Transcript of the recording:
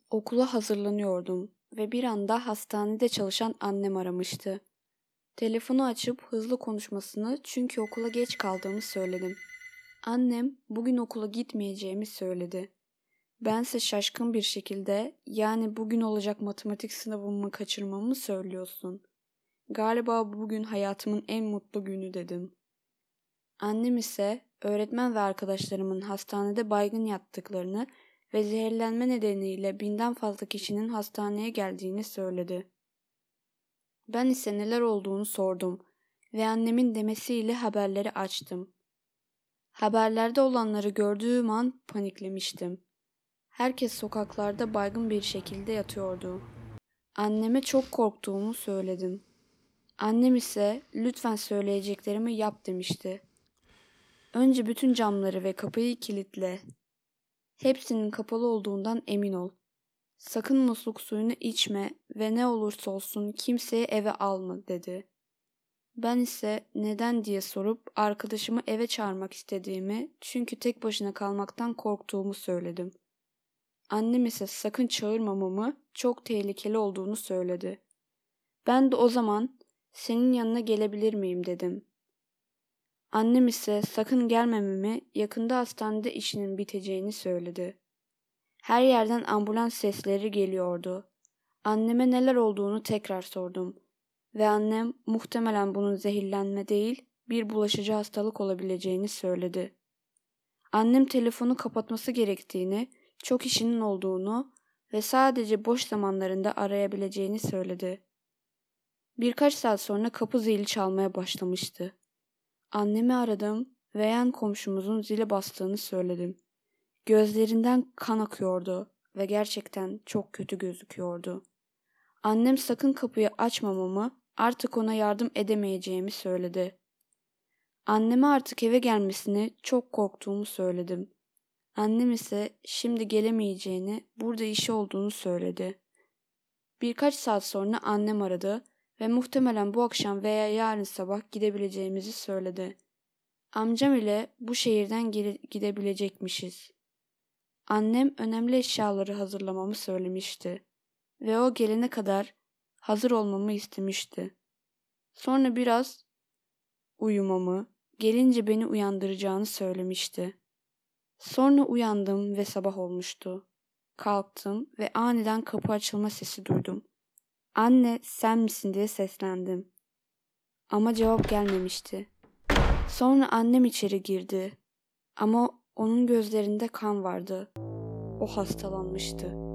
Okula hazırlanıyordum ve bir anda hastanede çalışan annem aramıştı. Telefonu açıp hızlı konuşmasını çünkü okula geç kaldığımı söyledim. Annem bugün okula gitmeyeceğimi söyledi. Bense şaşkın bir şekilde yani bugün olacak matematik sınavımı kaçırmamı söylüyorsun. Galiba bugün hayatımın en mutlu günü dedim. Annem ise öğretmen ve arkadaşlarımın hastanede baygın yattıklarını ve zehirlenme nedeniyle 1000'den fazla kişinin hastaneye geldiğini söyledi. Ben ise neler olduğunu sordum ve annemin demesiyle haberleri açtım. Haberlerde olanları gördüğüm an paniklemiştim. Herkes sokaklarda baygın bir şekilde yatıyordu. Anneme çok korktuğumu söyledim. Annem ise lütfen söyleyeceklerimi yap demişti. Önce bütün camları ve kapıyı kilitle. Hepsinin kapalı olduğundan emin ol. Sakın musluk suyunu içme ve ne olursa olsun kimseyi eve alma dedi. Ben ise neden diye sorup arkadaşımı eve çağırmak istediğimi çünkü tek başına kalmaktan korktuğumu söyledim. Annem ise sakın çağırmamamı çok tehlikeli olduğunu söyledi. Ben de o zaman senin yanına gelebilir miyim dedim. Annem ise sakın gelmememi, yakında hastanede işinin biteceğini söyledi. Her yerden ambulans sesleri geliyordu. Anneme neler olduğunu tekrar sordum. Ve annem muhtemelen bunun zehirlenme değil, bir bulaşıcı hastalık olabileceğini söyledi. Annem telefonu kapatması gerektiğini, çok işinin olduğunu ve sadece boş zamanlarında arayabileceğini söyledi. Birkaç saat sonra kapı zili çalmaya başlamıştı. Annemi aradım ve yan komşumuzun zile bastığını söyledim. Gözlerinden kan akıyordu ve gerçekten çok kötü gözüküyordu. Annem sakın kapıyı açmamamı, artık ona yardım edemeyeceğimi söyledi. Anneme artık eve gelmesini çok korktuğumu söyledim. Annem ise şimdi gelemeyeceğini, burada işi olduğunu söyledi. Birkaç saat sonra annem aradı ve muhtemelen bu akşam veya yarın sabah gidebileceğimizi söyledi. Amcam ile bu şehirden gidebilecekmişiz. Annem önemli eşyaları hazırlamamı söylemişti ve o gelene kadar hazır olmamı istemişti. Sonra biraz uyumamı, gelince beni uyandıracağını söylemişti. Sonra uyandım ve sabah olmuştu. Kalktım ve aniden kapı açılma sesi duydum. "Anne, sen misin?" diye seslendim. Ama cevap gelmemişti. Sonra annem içeri girdi. Ama onun gözlerinde kan vardı. O hastalanmıştı.